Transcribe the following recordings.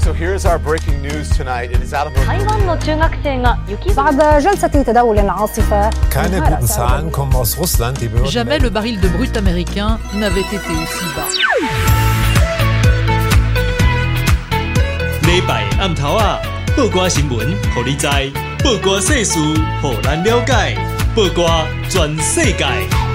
so here's our breaking news tonight. It is out of 台湾の中学生が雪 بعد جلسة تداول العاصفة Keine guten Zahlen kommen aus Russland. Die Behörden Jamais le baril de brut américain n'avait été aussi bas. 礼拜暗头啊，报歌新闻，互你知；报歌世事，互咱了解。报歌全世界。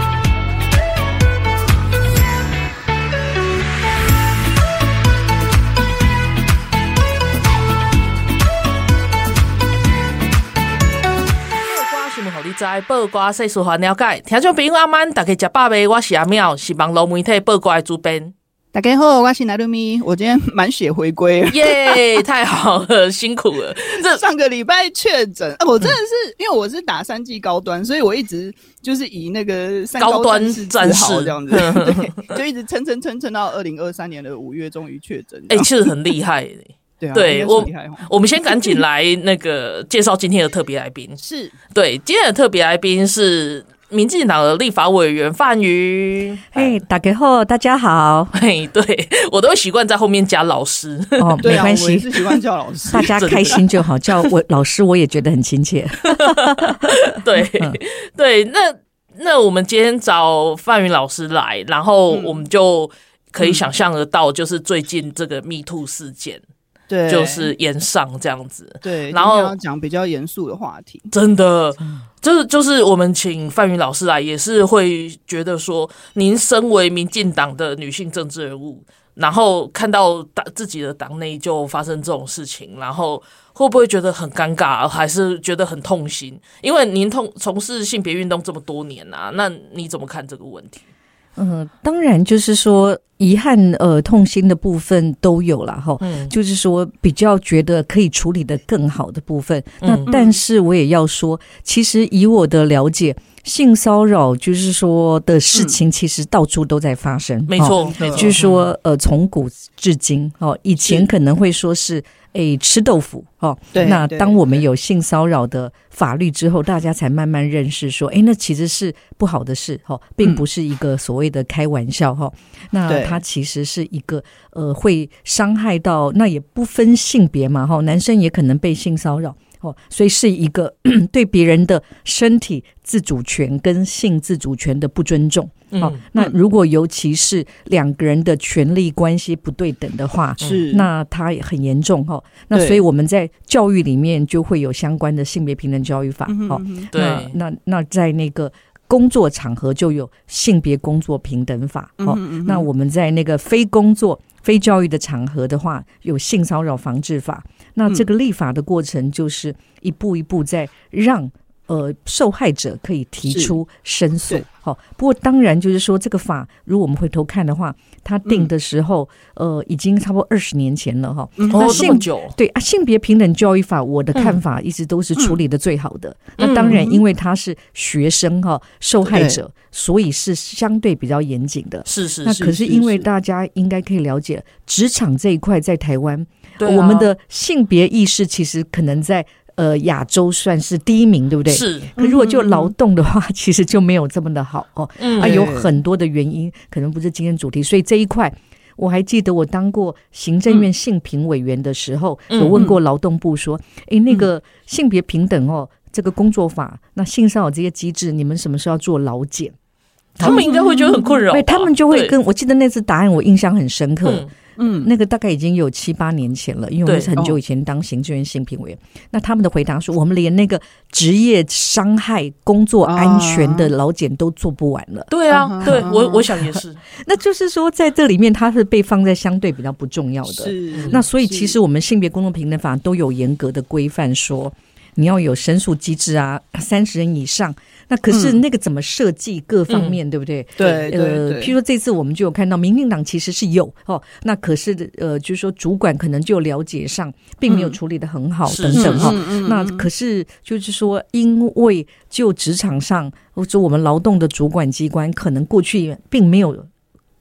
互你知报歌世事还了解，听众朋友阿曼，大家吃饱未？我是阿妙，是网络媒体报歌的主编。 大家好，我是奈露咪，我今天满血回归了， 耶，太好了，辛苦了。 这上个礼拜确诊，我真的是因为我是打3剂高端，所以我一直就是以那个3高端战士这样子，对，就一直撑到2023年的5月，终于确诊。 其实很厉害。 对啊， 对，我们先赶紧来那个介绍今天的特别来宾。 是， 对，今天的特别来宾是民进党的立法委员范云。 嘿，大家好，大家好。 嘿，对，我都会习惯在后面加老师。 哦，没关系， 我也是习惯叫老师， 大家开心就好。叫我老师，我也觉得很亲切。 对，对，那我们今天找范云老师来，然后我们就可以想象得到，就是最近这个 Me Too 事件。 对， 就是延上这样子， 对， 然后要讲比较严肃的话题， 真的，就是我们请范云老师来，也是会觉得说，您身为民进党的女性政治人物，然后看到自己的党内就发生这种事情，然后会不会觉得很尴尬，还是觉得很痛心？因为您从事性别运动这么多年啊，那你怎么看这个问题？ 当然就是说遗憾痛心的部分都有啦齁，就是说比较觉得可以处理得更好的部分。那但是我也要说，其实以我的了解，性骚扰就是说的事情其实到处都在发生， 没错， 就是说从古至今以前可能会说是吃豆腐对， 那当我们有性骚扰的法律之后，大家才慢慢认识说那其实是不好的事并不是一个所谓的开玩笑那它其实是一个会伤害到，那也不分性别嘛男生也可能被性骚扰所以是一个对别人的身体自主权跟性自主权的不尊重那如果尤其是两个人的权利关系不对等的话，那它也很严重那所以我们在教育里面就会有相关的性别平等教育法对， 那在那个工作场合就有性别工作平等法那我们在那个非工作非教育的场合的话，有性骚扰防治法。那这个立法的过程就是一步一步在让受害者可以提出申诉不过当然就是说这个法如果我们回头看的话，它定的时候已经差不多20年前了那这么久。 对性别平等教育法我的看法一直都是处理的最好的那当然因为他是学生受害者，所以是相对比较严谨的。 是那可是因为大家应该可以了解职场这一块在台湾我们的性别意识其实可能在亚洲算是第1名，对不对？ 是。 可如果就劳动的话，其实就没有这么的好有很多的原因，可能不是今天主题。所以这一块，我还记得我当过行政院性平委员的时候，有问过劳动部说，那个性别平等这个工作法，那性骚扰这些机制，你们什么时候要做劳检？ 他们应该会觉得很困扰吧？ 他们就会我记得那次答案我印象很深刻。那个大概已经有7-8年前了，因为我是很久以前当行政院性平委员那他们的回答说，我们连那个职业伤害工作安全的劳检都做不完了。 对啊，对，我想也是。 那就是说在这里面它是被放在相对比较不重要的。那所以其实我们性别工作平等法都有严格的规范说你要有申诉机制啊，30人以上。那可是那个怎么设计各方面，对不对？ 对譬如说这次我们就有看到民进党其实是有那可是就是说主管可能就了解上并没有处理得很好等等那可是就是说因为就职场上或者我们劳动的主管机关可能过去并没有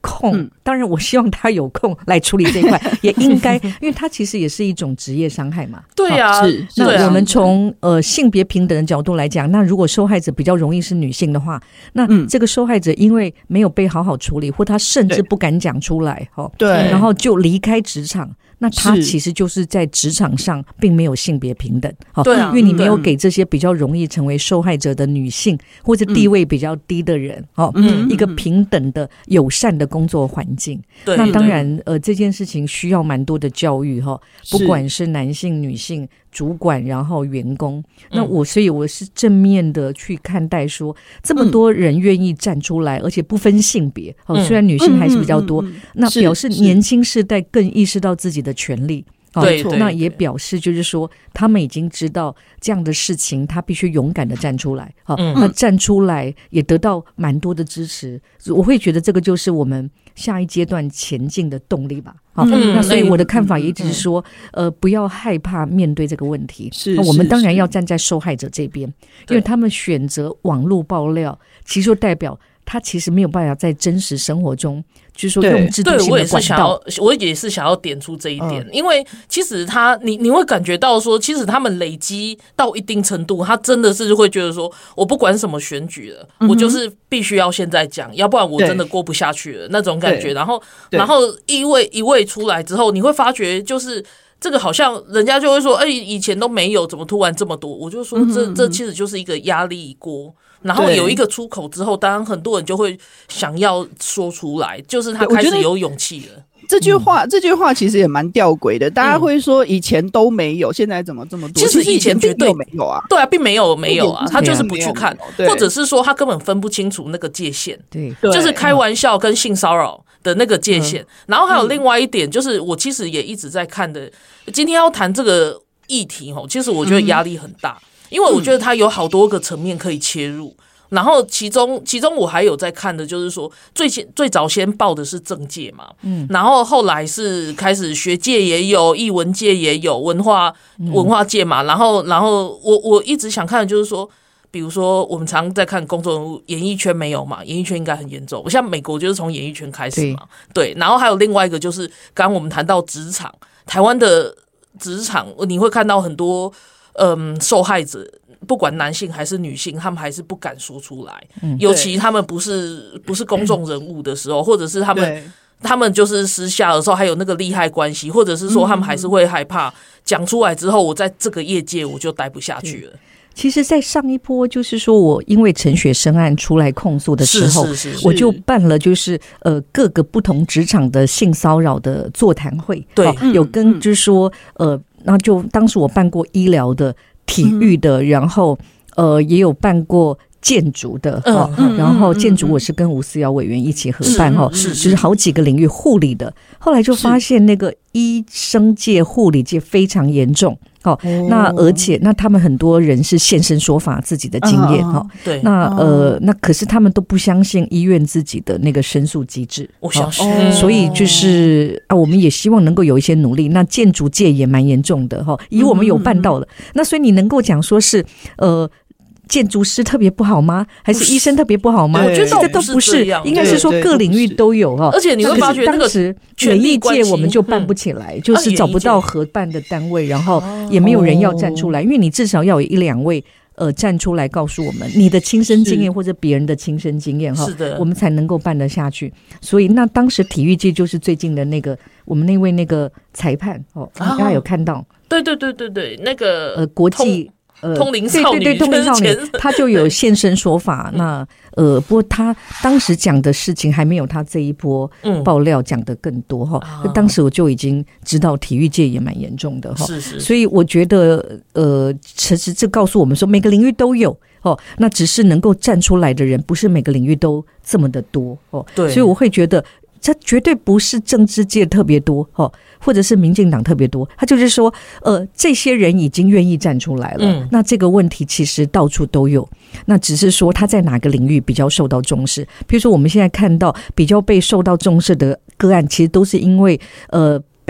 空，当然我希望他有空来处理这一块，也应该，因为他其实也是一种职业伤害嘛。 对啊， 是。 那我们从性别平等的角度来讲，那如果受害者比较容易是女性的话，那这个受害者因为没有被好好处理，或他甚至不敢讲出来， 对， 然后就离开职场。那他其实就是在职场上并没有性别平等， 对啊， 因为你没有给这些比较容易成为受害者的女性或者地位比较低的人，一个平等的友善的工作环境。那当然这件事情需要蛮多的教育，不管是男性女性主管然后员工，那所以我是正面的去看待说这么多人愿意站出来，而且不分性别，虽然女性还是比较多，那表示年轻世代更意识到自己的权利。 对， 那也表示就是说他们已经知道这样的事情他必须勇敢的站出来，那站出来也得到蛮多的支持，我会觉得这个就是我们下一阶段前进的动力吧。那所以我的看法也一直是说不要害怕面对这个问题，那我们当然要站在受害者这边，因为他们选择网络爆料其实就代表他其实没有办法在真实生活中就是说用制度性的管道。 我也是想要点出这一点，因为其实你会感觉到说，其实他们累积到一定程度，他真的是会觉得说，我不管什么选举了，我就是必须要现在讲，要不然我真的过不下去了那种感觉。然后一位出来之后，你会发觉就是这个好像人家就会说，以前都没有，怎么突然这么多？我就说这其实就是一个压力锅。然后有一个出口之后，当然很多人就会想要说出来，就是他开始有勇气了。 这句话其实也蛮吊诡的，大家会说以前都没有，现在怎么这么多？ 其实以前绝对没有啊， 对啊，并没有啊，他就是不去看，或者是说他根本分不清楚那个界限， 对， 就是开玩笑跟性骚扰的那个界限。然后还有另外一点，就是我其实也一直在看的，今天要谈这个议题其实我觉得压力很大。因为我觉得它有好多个层面可以切入，然后其中我还有在看的就是说最早先报的是政界嘛，然后后来是开始学界也有，艺文界也有，文化界嘛，然后我一直想看的就是说，比如说我们常在看公众人物，演艺圈没有嘛，演艺圈应该很严重，像美国就是从演艺圈开始嘛，对，然后还有另外一个就是刚刚我们谈到职场，台湾的职场你会看到很多受害者，不管男性还是女性，他们还是不敢说出来，尤其他们不是公众人物的时候，或者是他们就是私下的时候还有那个利害关系，或者是说他们还是会害怕讲出来之后，我在这个业界我就待不下去了。 其实在上一波就是说我因为陈雪生案出来控诉的时候，我就办了就是各个不同职场的性骚扰的座谈会，对，有跟就是说那就当时我办过医疗的、体育的，然后也有办过建筑的，然后建筑我是跟吴思瑶委员一起合办，就是好几个领域，护理的，后来就发现那个医生界、护理界非常严重。那而且那他们很多人是现身说法自己的经验， 对， 那可是他们都不相信医院自己的那个申诉机制， 我相信， 所以就是我们也希望能够有一些努力。那建筑界也蛮严重的，以我们有办到了，那所以你能够讲说是建筑师特别不好吗？还是医生特别不好吗？ 我觉得这都不是，应该是说各领域都有哈。 而且你会发觉， 当时演艺界我们就办不起来，就是找不到合办的单位，然后也没有人要站出来，因为你至少要有一两位站出来告诉我们你的亲身经验或者别人的亲身经验哈，我们才能够办得下去。所以那当时体育界就是最近的那个我们那位那个裁判大家有看到？ 对，那个国际。 通灵少女， 对，通灵少女，他就有现身说法。那不过他当时讲的事情还没有他这一波爆料讲的更多哈。当时我就已经知道体育界也蛮严重的哈。是。所以我觉得其实这告诉我们说，每个领域都有那只是能够站出来的人，不是每个领域都这么的多对，所以我会觉得。这绝对不是政治界特别多或者是民进党特别多，他就是说这些人已经愿意站出来了，那这个问题其实到处都有，那只是说他在哪个领域比较受到重视。比如说我们现在看到比较被受到重视的个案，其实都是因为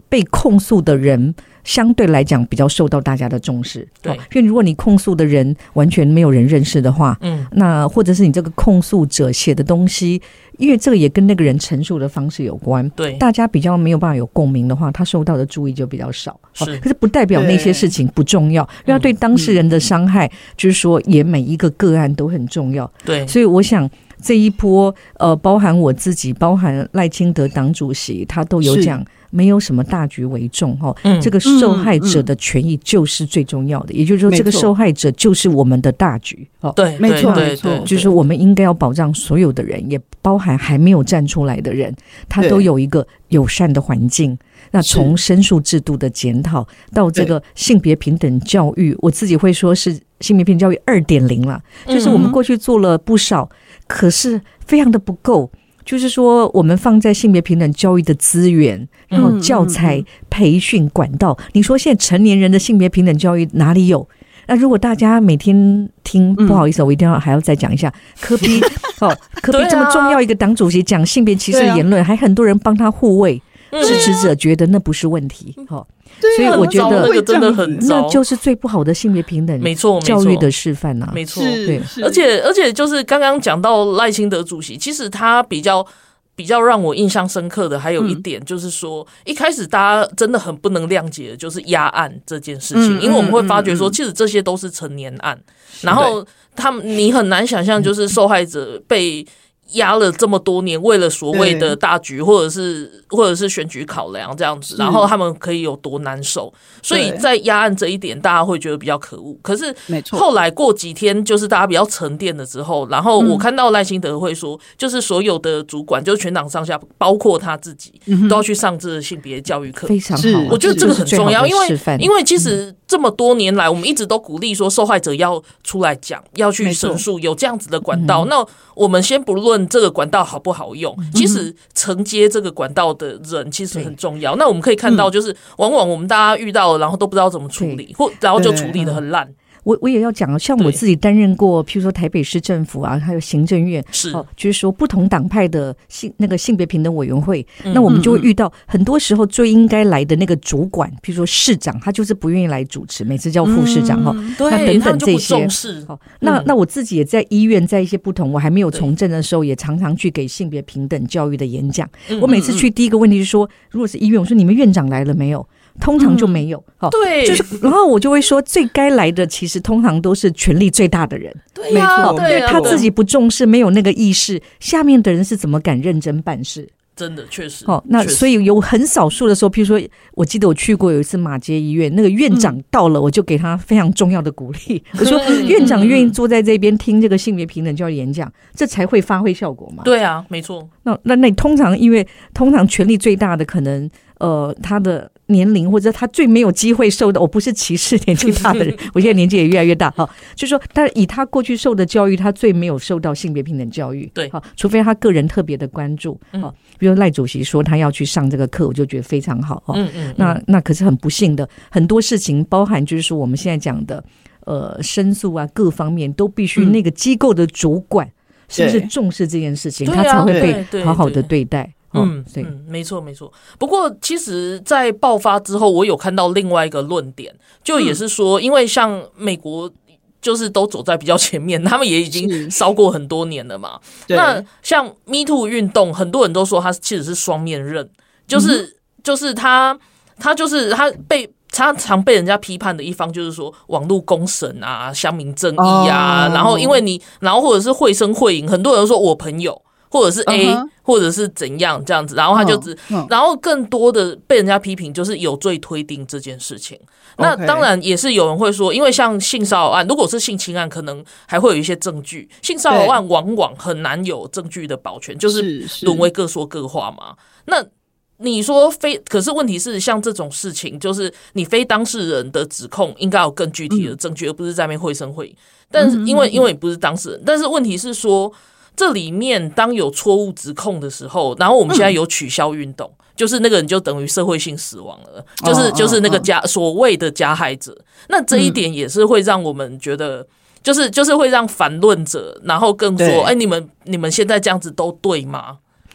被控诉的人相对来讲比较受到大家的重视。 对， 因为如果你控诉的人完全没有人认识的话，那或者是你这个控诉者写的东西，因为这个也跟那个人陈述的方式有关， 对， 大家比较没有办法有共鸣的话，他受到的注意就比较少。 是， 可是不代表那些事情不重要，因为他对当事人的伤害，就是说也每一个个案都很重要。 对， 所以我想这一波包含我自己，包含赖清德党主席，他都有讲没有什么大局为重，这个受害者的权益就是最重要的，也就是说这个受害者就是我们的大局。 对， 没错没错， 就是说我们应该要保障所有的人，也包含还没有站出来的人，他都有一个友善的环境。那从申诉制度的检讨到这个性别平等教育，我自己会说是性别平等教育 2.0 啦，就是我们过去做了不少，可是非常的不够。就是说我们放在性别平等教育的资源，然后教材、培训管道，你说现在成年人的性别平等教育哪里有？那如果大家每天听，不好意思，我一定要还要再讲一下柯 P 柯 P 这么重要一个党主席讲性别歧视的言论，还很多人帮他护卫，支持者觉得那不是问题。所以我觉得那个真的很糟， 那就是最不好的性别平等教育的示范啊。 没错， 对， 而且就是刚刚讲到赖清德主席，其实他比较让我印象深刻的还有一点，就是说一开始大家真的很不能谅解的就是押案这件事情，因为我们会发觉说，其实这些都是成年案，然后你很难想象，就是受害者被压了这么多年，为了所谓的大局或者是选举考量这样子，然后他们可以有多难受，所以在压案这一点大家会觉得比较可恶。可是后来过几天，就是大家比较沉淀了之后，然后我看到赖清德会说，就是所有的主管，就是全党上下，包括他自己，都要去上这性别教育课， 非常好。 我觉得这个很重要，因为其实这么多年来，我们一直都鼓励说受害者要出来讲，要去申诉，有这样子的管道。那我们先不论这个管道好不好用，其实承接这个管道的人其实很重要。那我们可以看到，就是往往我们大家遇到了，然后都不知道怎么处理，然后就处理得很烂。 我也要讲，像我自己担任过，譬如说台北市政府啊，还有行政院，就是说不同党派的性别平等委员会，那我们就会遇到很多时候最应该来的那个主管，譬如说市长，他就是不愿意来主持，每次叫副市长那等等这些。那我自己也在医院，在一些不同我还没有从政的时候，也常常去给性别平等教育的演讲。我每次去第一个问题是说，如果是医院，我说你们院长来了没有？通常就没有， 对， 就是，然后我就会说，最该来的其实通常都是权力最大的人， 对呀， 因为他自己不重视，没有那个意识，下面的人是怎么敢认真办事？ 真的确实， 那所以有很少数的时候，譬如说，我记得我去过有一次马偕医院，那个院长到了，我就给他非常重要的鼓励，我说院长愿意坐在这边听这个性别平等教育演讲，这才会发挥效果嘛。 对啊，没错。 那你通常权力最大的可能他的年龄或者他最没有机会受的，我不是歧视年纪大的人，我现在年纪也越来越大就是说，但以他过去受的教育，他最没有受到性别平等教育， 对， 除非他个人特别的关注，比如赖主席说他要去上这个课，我就觉得非常好那可是很不幸的，很多事情包含就是说我们现在讲的申诉啊，各方面都必须那个机构的主管是不是重视这件事情，他才会被好好的对待。 没错没错。不过其实在爆发之后，我有看到另外一个论点，就也是说因为像美国就是都走在比较前面，他们也已经烧过很多年了嘛。那像 Me Too 运动，很多人都说他其实是双面刃，就是他常被人家批判的一方，就是说网络公审啊、乡民正义啊，然后因为然后或者是绘声绘影，很多人说我朋友或者是 A，或者是怎样这样子，然后他就然后更多的被人家批评就是有罪推定这件事情。那当然也是有人会说，因为像性骚扰案，如果是性侵案，可能还会有一些证据，性骚扰案往往很难有证据的保全，就是沦为各说各话嘛。那你说可是问题是像这种事情，就是你非当事人的指控应该有更具体的证据，而不是在那边绘声绘影。但是因为你不是当事人，但是问题是说这里面当有错误指控的时候，然后我们现在有取消运动，就是那个人就等于社会性死亡了，就是那个所谓的加害者。那这一点也是会让我们觉得，就是会让反论者，然后更说，你们现在这样子都对吗？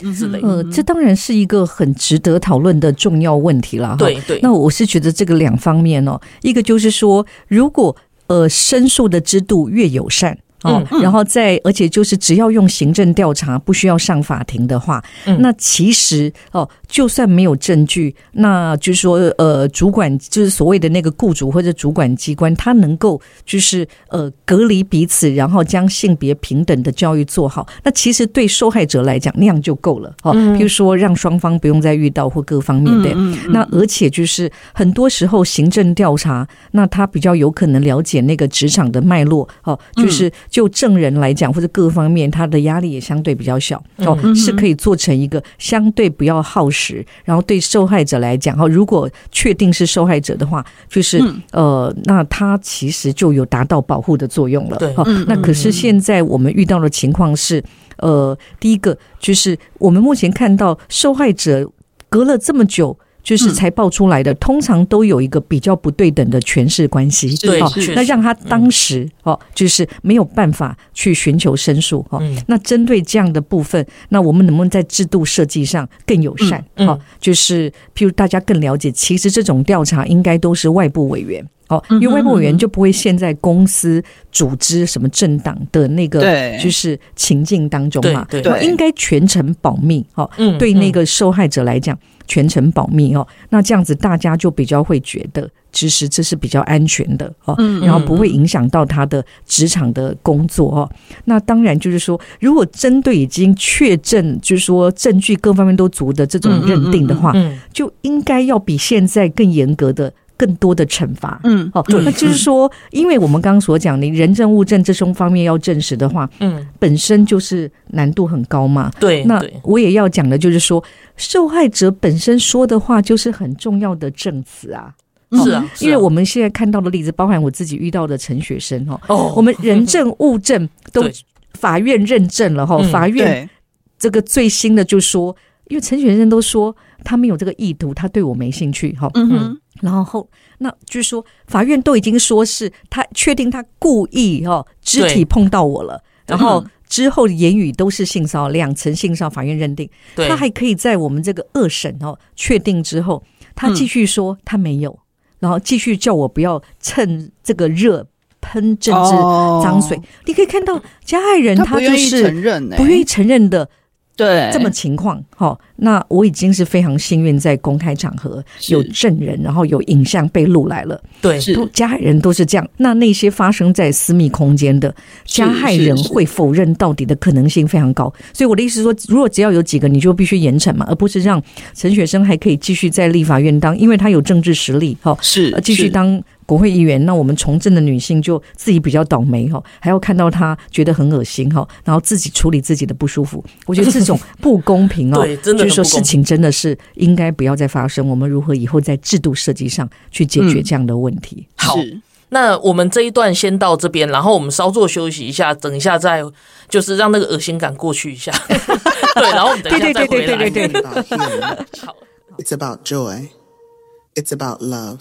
之类的。 这当然是一个很值得讨论的重要问题了。 对对， 那我是觉得这个两方面哦，一个就是说，如果申诉的制度越友善。然后而且就是只要用行政调查，不需要上法庭的话，那其实就算没有证据，那就是说主管就是所谓的那个雇主或者主管机关，他能够就是隔离彼此，然后将性别平等的教育做好，那其实对受害者来讲那样就够了。譬如说让双方不用再遇到或各方面的。那而且就是很多时候行政调查，那他比较有可能了解那个职场的脉络，就是就证人来讲或者各方面他的压力也相对比较小，是可以做成一个相对不要耗时，然后对受害者来讲，如果确定是受害者的话，就是那他其实就有达到保护的作用了。那可是现在我们遇到的情况是第一个就是我们目前看到受害者隔了这么久就是才爆出来的，通常都有一个比较不对等的权势关系，那让他当时就是没有办法去寻求申诉。那针对这样的部分，那我们能不能在制度设计上更友善？就是譬如大家更了解，其实这种调查应该都是外部委员。因为外部委员就不会陷在公司、组织、什么政党的那个就是情境当中嘛，应该全程保密。对那个受害者来讲，全程保密。那这样子大家就比较会觉得，其实这是比较安全的。然后不会影响到他的职场的工作。那当然就是说，如果针对已经确证，就是说证据各方面都足的这种认定的话，就应该要比现在更严格的。更多的惩罚。那就是说，因为我们刚刚所讲的人证物证这种方面要证实的话，本身就是难度很高嘛。 对， 那我也要讲的就是说，受害者本身说的话就是很重要的证词啊。 是啊， 因为我们现在看到的例子，包含我自己遇到的陈学生我们人证物证都法院认证了法院这个最新的就说，因为陈学生都说他没有这个意图，他对我没兴趣然后那就是说法院都已经说是他确定他故意肢体碰到我了，然后之后言语都是性骚扰，2层性骚扰法院认定，他还可以在我们这个2审确定之后，他继续说他没有，然后继续叫我不要趁这个热喷政治脏水。你可以看到加害人他就是不愿意承认的。对，这么情况那我已经是非常幸运，在公开场合有证人，然后有影像被录来了。对，加害人都是这样。那些发生在私密空间的加害人会否认到底的可能性非常高。所以我的意思是说，如果只要有几个，你就必须严惩嘛，而不是让陈学生还可以继续在立法院当，因为他有政治实力继续当国会议员。那我们从政的女性就自己比较倒霉还要看到他觉得很恶心然后自己处理自己的不舒服。我觉得这种不公平对，真的就是说事情真的是应该不要再发生。我们如何以后在制度设计上去解决这样的问题？ 好，那我们这一段先到这边，然后我们稍作休息一下，等一下再就是让那个恶心感过去一下。对，然后我们等一下再回来。对。好。 It's about joy. It's about love.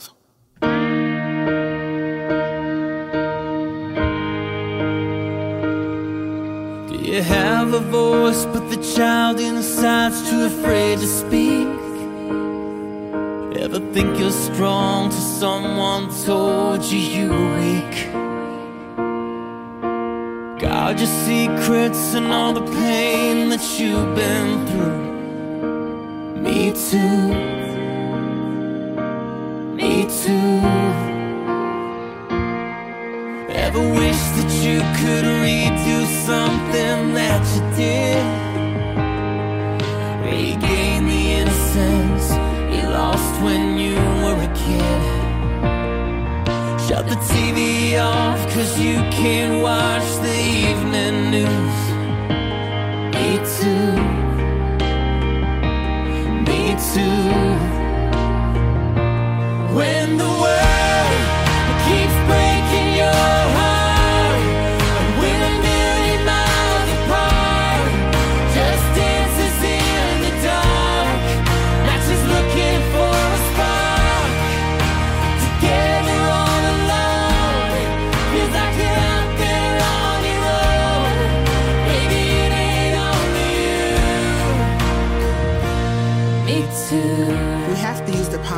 You have a voice, but the child inside's too afraid to speak. Ever think you're strong till someone told you you're weak? Guard your secrets and all the pain that you've been through. Me too. Me too. Ever wish that you could redo something that you did? Regain the innocence you lost when you were a kid. Shut the TV off, 'cause you can't watch the evening news. Me too. Me too. When the world keeps breaking your heart, and we're a million miles apart, just dances in the dark, not just looking for a spark. Together all alone, feels like you're out there on your own. Maybe it ain't only you.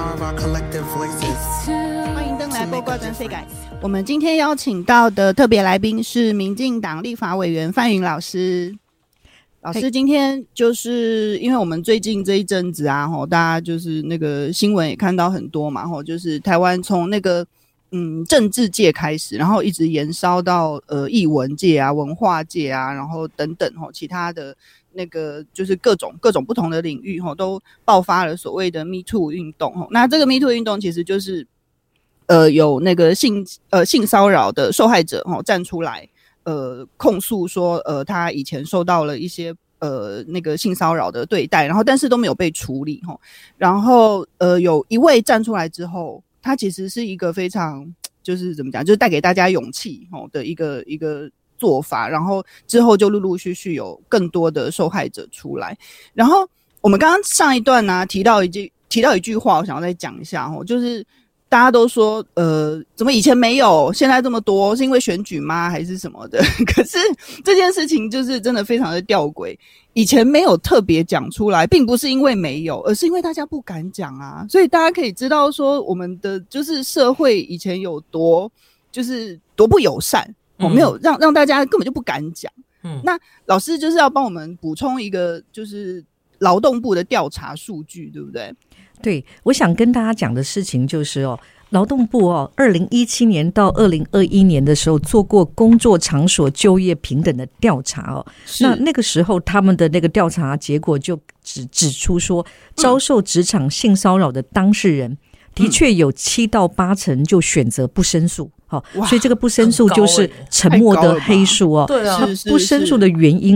power of our collective voices. 欢迎登来播瓜专非改。我们今天邀请到的特别来宾是民进党立法委员范云老师。老师，今天就是因为我们最近这一阵子啊，大家就是那个新闻也看到很多嘛，就是台湾从那个政治界开始，然后一直延烧到艺文界啊、文化界啊，然后等等其他的那个就是各种不同的领域都爆发了所谓的 Me Too 运动。那这个 Me Too 运动其实就是有那个性骚扰的受害者站出来控诉说他以前受到了一些那个性骚扰的对待，然后但是都没有被处理然后有一位站出来之后，他其实是一个非常就是怎么讲，就是带给大家勇气的一个做法，然后之后就陆陆续续有更多的受害者出来。然后我们刚刚上一段呢提到一句话，我想要再讲一下就是大家都说怎么以前没有现在这么多，是因为选举吗还是什么的？可是这件事情就是真的非常的吊诡，以前没有特别讲出来，并不是因为没有，而是因为大家不敢讲啊。所以大家可以知道说我们的就是社会以前有多不友善，没有让大家根本就不敢讲。那老师就是要帮我们补充一个就是劳动部的调查数据，对不对？ 对，我想跟大家讲的事情就是劳动部2017年到2021年的时候做过工作场所就业平等的调查那个时候他们的那个调查结果就指出说，遭受职场性骚扰的当事人的确有7到8成就选择不申诉所以这个不申诉就是沉默的黑数对啊， 那不申诉的原因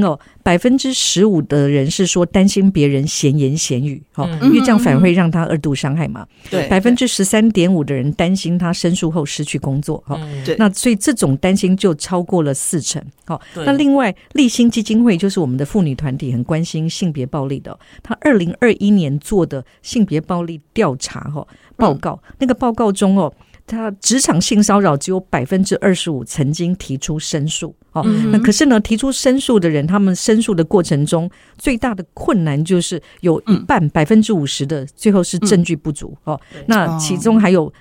15%的人是说担心别人闲言闲语因为这样反而会让他2度伤害嘛。 对 13.5%的人担心他申诉后失去工作那所以这种担心就超过了4成那另外立新基金会就是我们的妇女团体，很关心性别暴力的他2021年做的性别暴力调查报告那个报告中他职场性骚扰只有 25% 曾经提出申诉那可是呢，提出申诉的人，他们申诉的过程中最大的困难就是有一半 50% 的最后是证据不足那其中还有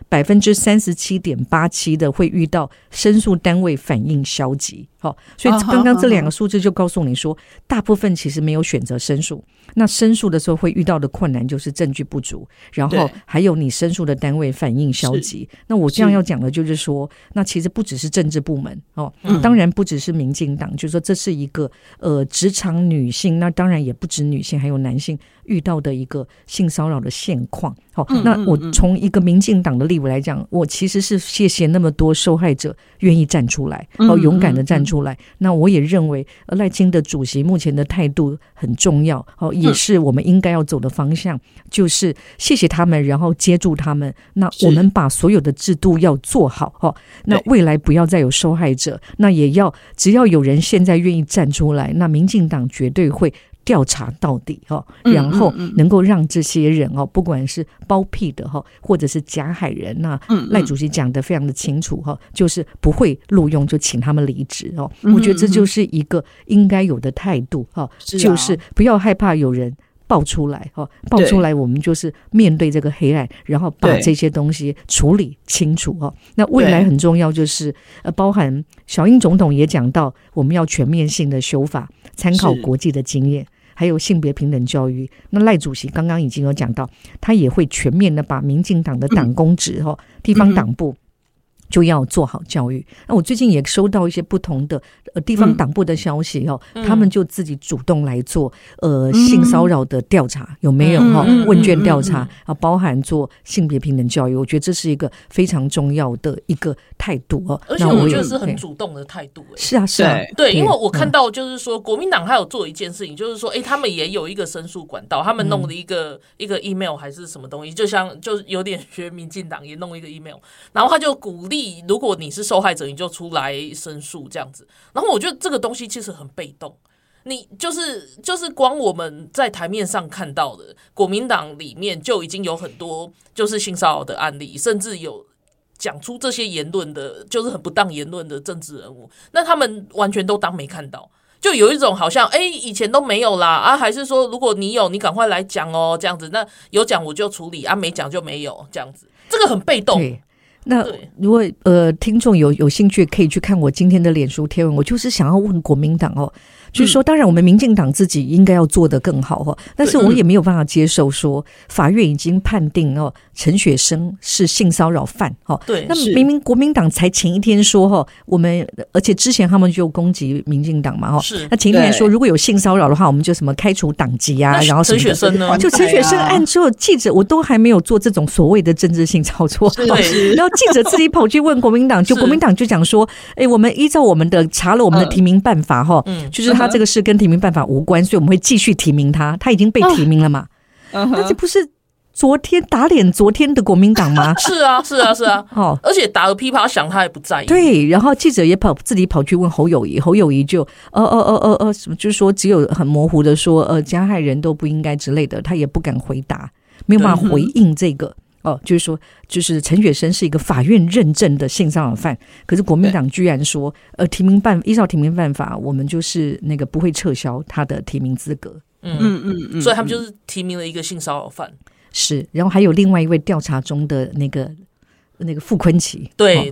37.87% 的会遇到申诉单位反应消极所以刚刚这2个数字就告诉你说，大部分其实没有选择申诉。那申诉的时候会遇到的困难就是证据不足，然后还有你申诉的单位反应消极。那我这样要讲的就是说，那其实不只是政治部门当然不只是民进党，就是说这是一个职场女性，那当然也不止女性，还有男性遇到的一个性骚扰的现况那我从一个民进党的立委来讲，我其实是谢谢那么多受害者愿意站出来勇敢的站出来那我也认为赖清德主席目前的态度很重要也是我们应该要走的方向，就是谢谢他们，然后接住他们，那我们把所有的制度要做好那未来不要再有受害者，那也要只要有人现在愿意站出来，那民进党绝对会调查到底然后能够让这些人不管是包庇的或者是加害人，那赖主席讲得非常的清楚就是不会录用就请他们离职我觉得这就是一个应该有的态度就是不要害怕有人爆出来爆出来我们就是面对这个黑暗，然后把这些东西处理清楚那未来很重要就是包含小英总统也讲到我们要全面性的修法，参考国际的经验，还有性别平等教育。那赖主席刚刚已经有讲到，他也会全面的把民进党的党公职地方党部就要做好教育。那我最近也收到一些不同的地方党部的消息他们就自己主动来做性骚扰的调查，有没有问卷调查包含做性别平等教育。我觉得这是一个非常重要的一个态度而且我觉得是很主动的态度是啊是啊对，因为我看到就是说国民党还有做一件事情，就是说他们也有一个申诉管道，他们弄了一个 email 还是什么东西，就有点学民进党也弄一个 email， 然后他就鼓励如果你是受害者你就出来申诉这样子。然后我觉得这个东西其实很被动，你就是光我们在台面上看到的国民党里面就已经有很多就是性骚扰的案例，甚至有讲出这些言论的就是很不当言论的政治人物，那他们完全都当没看到。 就有一种好像以前都没有啦啊，还是说如果你有，你赶快来讲哦，这样子，那有讲我就处理啊，没讲就没有这样子，这个很被动。 对，那如果听众有兴趣，可以去看我今天的脸书贴文。我就是想要问国民党就是说，当然我们民进党自己应该要做得更好但是我也没有办法接受说法院已经判定陈雪生是性骚扰犯对， 那明明国民党才前一天说我们，而且之前他们就攻击民进党嘛是， 那前一天说如果有性骚扰的话，我们就什么开除党籍啊，然后什么陈雪生呢？ 就陈雪生案之后，记者我都还没有做这种所谓的政治性操作， 对， 然后记者自己跑去问国民党，就国民党就讲说，我们依照我们的查了我们的提名办法就是他这个事跟提名办法无关，所以我们会继续提名他，他已经被提名了嘛。那这不是昨天打脸昨天的国民党吗？ 是啊而且打了噼啪响他也不在意。 对，然后记者也自己跑去问侯友宜，侯友宜就什么，就是说只有很模糊的说加害人都不应该之类的，他也不敢回答，没有办法回应这个。就是说，就是陈雪生是一个法院认证的性骚扰犯，可是国民党居然说，依照提名办法，我们就是那个不会撤销他的提名资格。 所以他们就是提名了一个性骚扰犯。 是，然后还有另外一位调查中的那个傅崑萁。 对，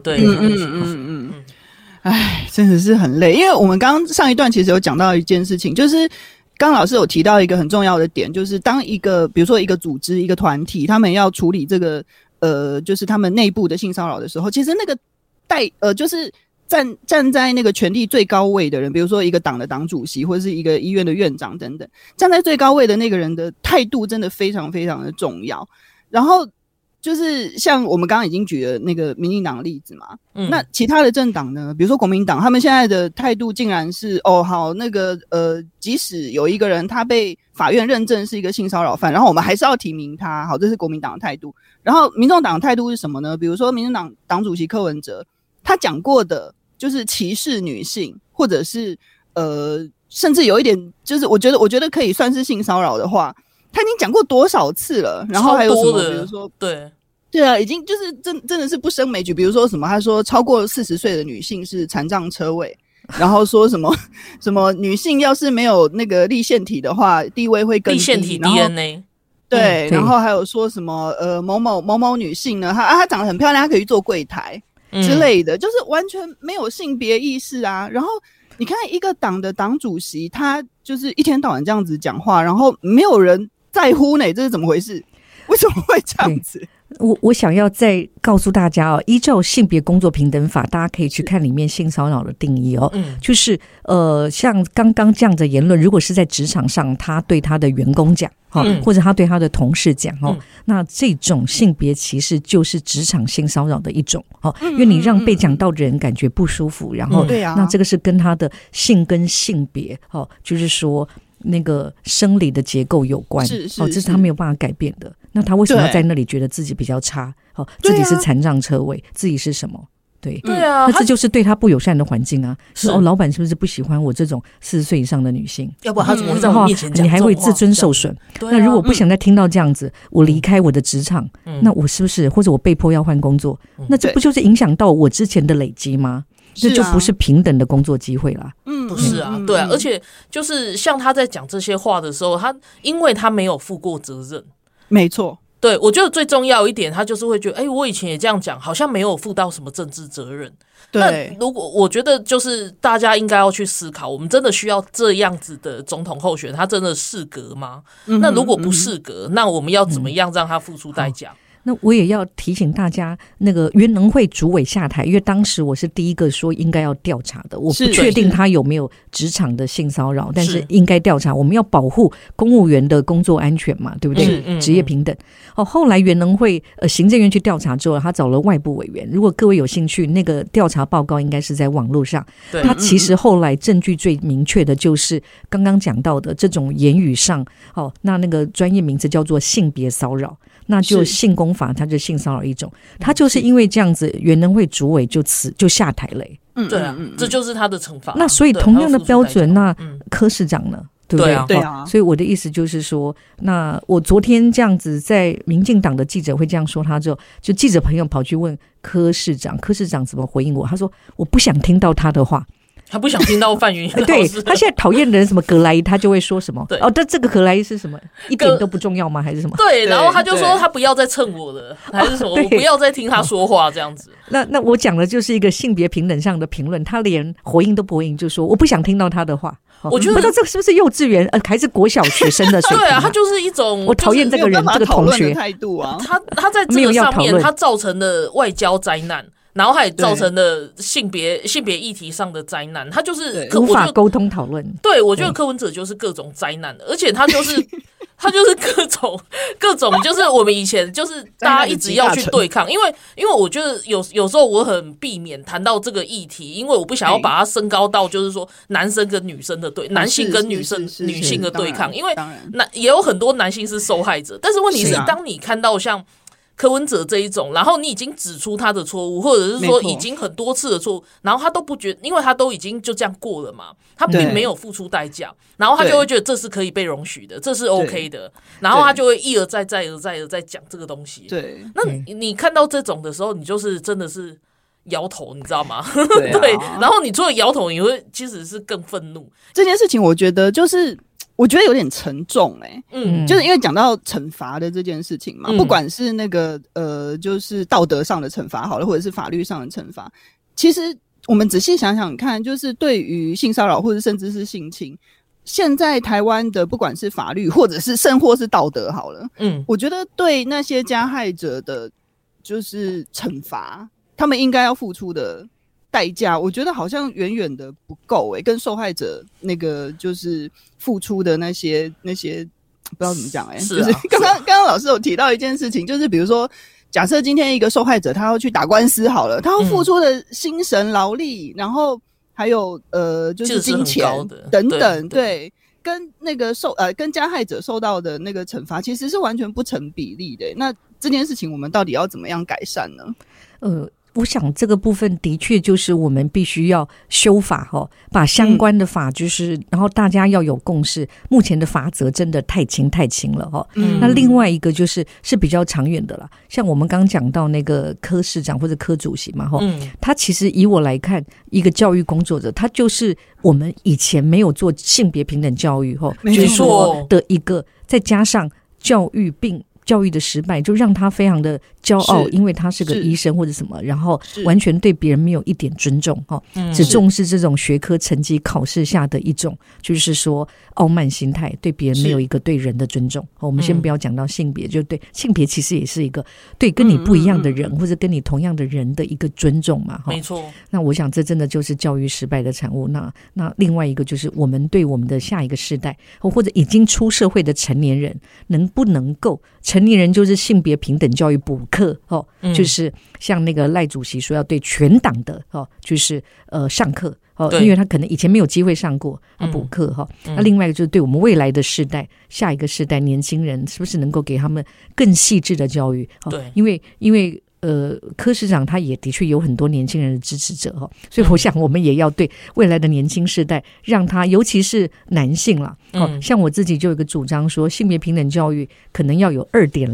哎，真的是很累，因为我们刚刚上一段其实有讲到一件事情，就是刚老师有提到一个很重要的点，就是当比如说一个组织、一个团体，他们要处理这个就是他们内部的性骚扰的时候，其实那个就是站在那个权力最高位的人，比如说一个党的党主席或者是一个医院的院长等等，站在最高位的那个人的态度真的非常非常的重要。然后就是像我们刚刚已经举了那个民进党的例子嘛，那其他的政党呢，比如说国民党，他们现在的态度竟然是好，那个即使有一个人他被法院认证是一个性骚扰犯，然后我们还是要提名他，好，这是国民党的态度。然后民众党的态度是什么呢？比如说民进党党主席柯文哲，他讲过的就是歧视女性，或者是甚至有一点就是我觉得可以算是性骚扰的话，他已经讲过多少次了？然后还有什么？比如说，对啊，已经就是真的是不胜枚举。比如说什么，他说超过40岁的女性是残障车位，然后说什么女性要是没有那个粒腺体的话，地位会更低。粒腺体 DNA。 对，然后还有说什么某某女性呢，她长得很漂亮，她可以去做柜台之类的，就是完全没有性别意识啊。然后你看一个党的党主席，他就是一天到晚这样子讲话，然后没有人在乎呢，这是怎么回事？为什么会这样子？ 我想要再告诉大家依照性别工作平等法，大家可以去看里面性骚扰的定义就是像刚刚这样的言论，如果是在职场上，他对他的员工讲或者他对他的同事讲那这种性别歧视就是职场性骚扰的一种因为你让被讲到的人感觉不舒服，然后那这个是跟他的性跟性别就是说那个生理的结构有关，这是他没有办法改变的。那他为什么要在那里觉得自己比较差？自己是残障车位，自己是什么？对啊，那这就是对他不友善的环境啊！老板是不是不喜欢我这种40岁以上的女性？ 要不然他怎么会在我面前讲这种话？ 你还会自尊受损？那如果不想再听到这样子，我离开我的职场，那我是不是或者我被迫要换工作？那这不就是影响到我之前的累积吗？这就不是平等的工作机会啦。 不是啊，对啊，而且就是像他在讲这些话的时候，因为他没有负过责任， 没错。 对，我觉得最重要一点，他就是会觉得，我以前也这样讲，好像没有负到什么政治责任。 对， 那如果我觉得就是大家应该要去思考，我们真的需要这样子的总统候选人，他真的适格吗？那如果不适格，那我们要怎么样让他付出代价？ 那我也要提醒大家，那个原能会主委下台，因为当时我是第一个说应该要调查的，我不确定他有没有职场的性骚扰，但是应该调查，我们要保护公务员的工作安全嘛，对不对？职业平等。后来原能会行政院去调查之后，他找了外部委员，如果各位有兴趣，那个调查报告应该是在网络上。他其实后来证据最明确的就是刚刚讲到的这种言语上，那个专业名词叫做性别骚扰，那就性工法，它就性骚扰一种，他就是因为这样子，原能会主委就下台了。 对啊，这就是他的惩罚。 那所以同样的标准，那柯市长呢？对不对？ 对啊。 所以我的意思就是说，那我昨天这样子在民进党的记者会这样说他之后，就记者朋友跑去问柯市长，柯市长怎么回应我？他说我不想听到他的话。 他不想听到范云老对师。 他现在讨厌的人什么格莱伊，他就会说什么？ 对哦，这个格莱伊是什么？一点都不重要吗？还是什么？ 对，然后他就说他不要再蹭我了，还是什么？我不要再听他说话这样子。 那我讲的就是一个性别平等上的评论，他连回应都不回应，就说我不想听到他的话。 我觉得不知道这个是不是幼稚园还是国小学生的水平？ 对啊，他就是一种我讨厌这个人，这个同学态度啊。 他在这个上面，他造成了外交灾难。然后它也造成了性别议题上的灾难，他就是无法沟通讨论。 对，我觉得柯文哲就是各种灾难的，而且他就是各种，就是我们以前就是大家一直要去对抗，因为我觉得有时候我很避免谈到这个议题，因为我不想要把它升高到就是说男生跟女生的男性跟女性的对抗，因为也有很多男性是受害者，但是问题是当你看到像柯文哲这一种，然后你已经指出他的错误，或者是说已经很多次的错误，然后他都不觉得，因为他都已经就这样过了嘛，他并没有付出代价，然后他就会觉得这是可以被容许的，这是 OK 的，然后他就会一而再再而再而再讲这个东西。对，那你看到这种的时候，你就是真的是摇头，你知道吗？对，然后你除了摇头，你会其实是更愤怒。 这件事情我觉得有点沉重就是因为讲到惩罚的这件事情嘛，不管是那个就是道德上的惩罚好了，或者是法律上的惩罚，其实我们仔细想想看，就是对于性骚扰或者甚至是性侵，现在台湾的不管是法律或者是甚或是道德好了，我觉得对那些加害者的就是惩罚，他们应该要付出的代价，我觉得好像远远的不够跟受害者那个就是付出的那些不知道怎么讲就是刚刚老师有提到一件事情，就是比如说假设今天一个受害者他要去打官司好了，他要付出的心神劳力，然后还有就是金钱等等，对，跟那个跟加害者受到的那个惩罚其实是完全不成比例的。那这件事情我们到底要怎么样改善呢？ 我想这个部分的确就是我们必须要修法把相关的法就是然后大家要有共识，目前的法则真的太轻了那另外一个是比较长远的啦，像我们刚讲到那个柯市长或者柯主席嘛他其实以我来看，一个教育工作者，他就是我们以前没有做性别平等教育就是说的一个，再加上教育的失败，就让他非常的骄傲，因为他是个医生或者什么，然后完全对别人没有一点尊重只重视这种学科成绩考试下的一种就是说傲慢心态，对别人没有一个对人的尊重我们先不要讲到性别，就对性别其实也是一个对跟你不一样的人或者跟你同样的人的一个尊重嘛没错。 那我想这真的就是教育失败的产物。那另外一个就是我们对我们的下一个世代或者已经出社会的成年人，能不能够成年人就是性别平等教育补课就是像那个赖主席说要对全党的就是上课因为他可能以前没有机会上过补课那另外一个就是对我们未来的世代，下一个世代年轻人是不是能够给他们更细致的教育对， 因为柯市长他也的确有很多年轻人的支持者所以我想我们也要对未来的年轻世代，让他尤其是男性啦像我自己就有一个主张说，性别平等教育可能要有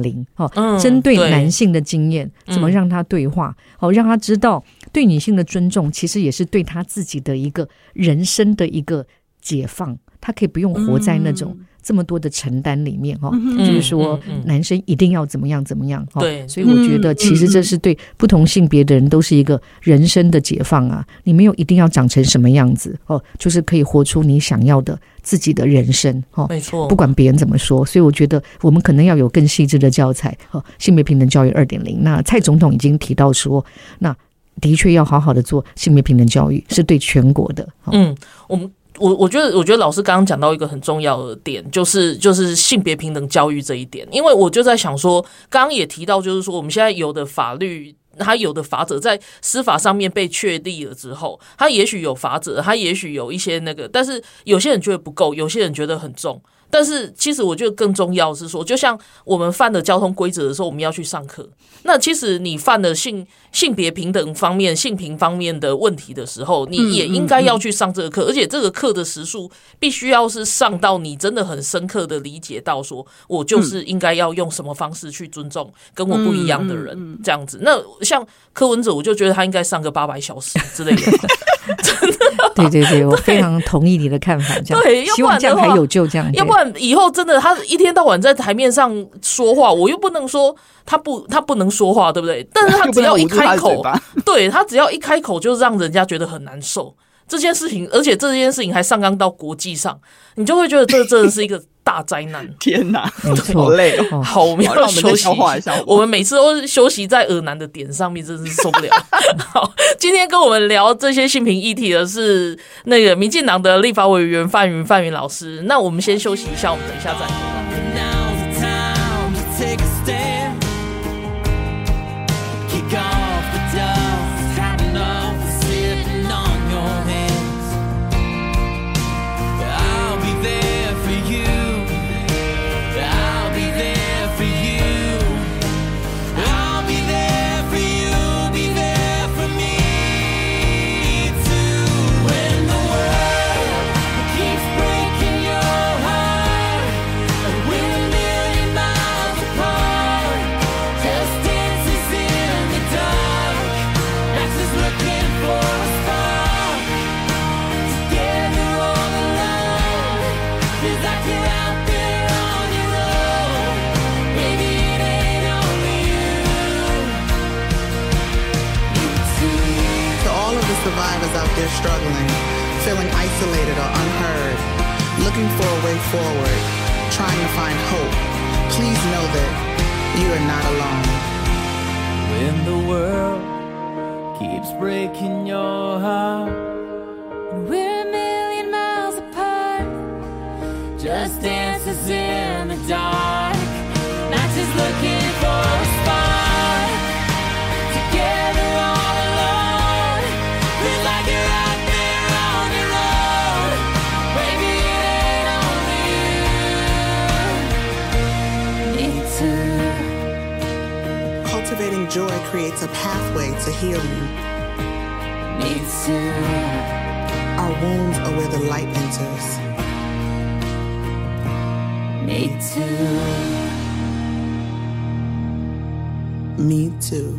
2.0针对男性的经验怎么让他对话让他知道对女性的尊重其实也是对他自己的一个人生的一个解放，他可以不用活在那种这么多的承担里面就是说男生一定要怎么样对，所以我觉得其实这是对不同性别的人都是一个人生的解放啊，你没有一定要长成什么样子就是可以活出你想要的自己的人生没错， 不管别人怎么说。所以我觉得我们可能要有更细致的教材性别平等教育 2.0。 那蔡总统已经提到说，那的确要好好的做性别平等教育，是对全国的我觉得老师刚刚讲到一个很重要的点，就是性别平等教育这一点。因为我就在想说，刚刚也提到，就是说我们现在有的法律，它有的法则在司法上面被确立了之后，它也许有法则，它也许有一些那个，但是有些人觉得不够，有些人觉得很重。但是其实我觉得更重要的是说，就像我们犯了交通规则的时候，我们要去上课。那其实你犯了性别平等方面、性平方面的问题的时候，你也应该要去上这个课，而且这个课的时数必须要是上到你真的很深刻的理解到说，我就是应该要用什么方式去尊重跟我不一样的人这样子。那像柯文哲，我就觉得他应该上个800小时之类的。真的， 对对对，我非常同意你的看法。这样对， 希望这样还有救，这样， 要不然以后真的他一天到晚在台面上说话，我又不能说他不能说话，对不对？但是他只要一开口，对他只要一开口，就让人家觉得很难受。这件事情，而且这件事情还上纲到国际上，你就会觉得这真的是一个大灾难。 天哪，好累哦！ 好，我们要休息一下。我们每次都休息在恶男的点上面，真是受不了。好，今天跟我们聊这些性平议题的是那个民进党的立法委员范云老师。那我们先休息一下，我们等一下再回来。 Survivors out there struggling, feeling isolated or unheard, looking for a way forward, trying to find hope. Please know that you are not alone. When the world keeps breaking your heart, and we're a million miles apart, just dances in the dark, not just looking for a spot, together all alone, feels like you're out there on your own, baby it ain't only you, me too. Cultivating joy creates a pathway to healing. Me too. Our wounds are where the light enters. Me too. Me too.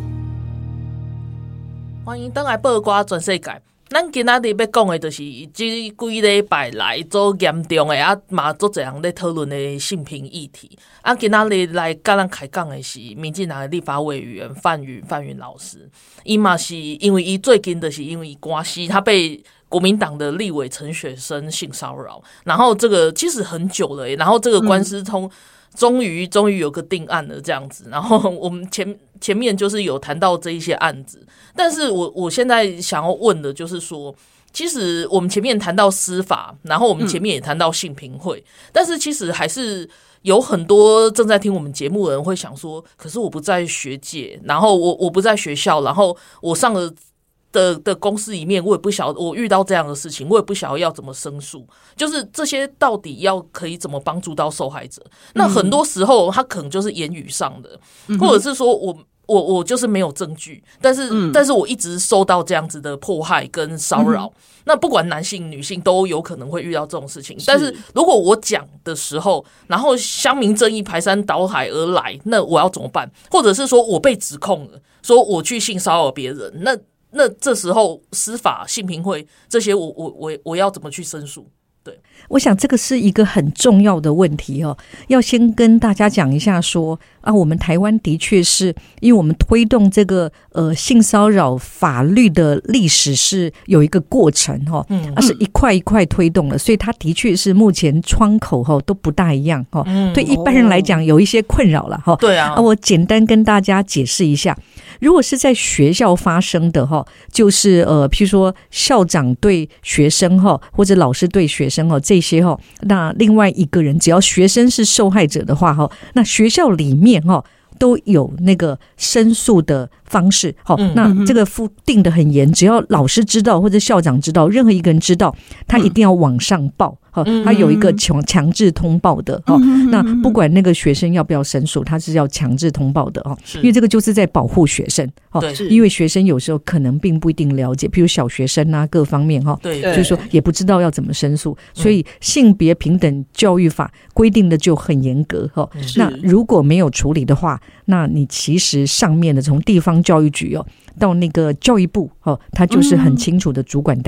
欢迎登来报歌全世界。咱今仔日要讲的就是这几礼拜来做严重的啊，嘛做这样在讨论的性平议题。啊，今仔日来跟咱开讲的是民进党的立法委员范云老师，伊嘛是因为伊最近就是因为关系，他被国民党的立委陈雪生性骚扰，然后这个其实很久了，然后这个官司终于有个定案了这样子，然后我们前面就是有谈到这一些案子，但是我现在想要问的就是说，其实我们前面谈到司法，然后我们前面也谈到性平会，但是其实还是有很多正在听我们节目的人会想说，可是我不在学界，然后我不在学校，然后我上了的公司里面，我也不晓得我遇到这样的事情，我也不晓得要怎么申诉，就是这些到底可以怎么帮助到受害者？那很多时候他可能就是言语上的，或者是说我就是没有证据，但是我一直受到这样子的迫害跟骚扰。那不管男性女性都有可能会遇到这种事情，但是如果我讲的时候，然后乡民正义排山倒海而来，那我要怎么办？或者是说我被指控了，说我去性骚扰别人，那这时候司法性平会这些我要怎么去申诉？对， 我想这个是一个很重要的问题哦。要先跟大家讲一下说啊，我们台湾的确是因为我们推动这个性骚扰法律的历史是有一个过程哦，是一块一块推动的，所以它的确是目前窗口都不大一样哦。对一般人来讲有一些困扰了哈。 对啊， 我简单跟大家解释一下。如果是在学校发生的就是譬如说校长对学生或者老师对学生这些那另外一个人只要学生是受害者的话那学校里面都有那个申诉的方式那这个定得很严，只要老师知道或者校长知道，任何一个人知道，他一定要往上报他有一个强制通报的那不管那个学生要不要申诉，他是要强制通报的因为这个就是在保护学生因为学生有时候可能并不一定了解，譬如小学生啊各方面就是说也不知道要怎么申诉，所以性别平等教育法规定的就很严格那如果没有处理的话，那你其实上面的从地方教育局到那个教育部它就是很清楚的主管单位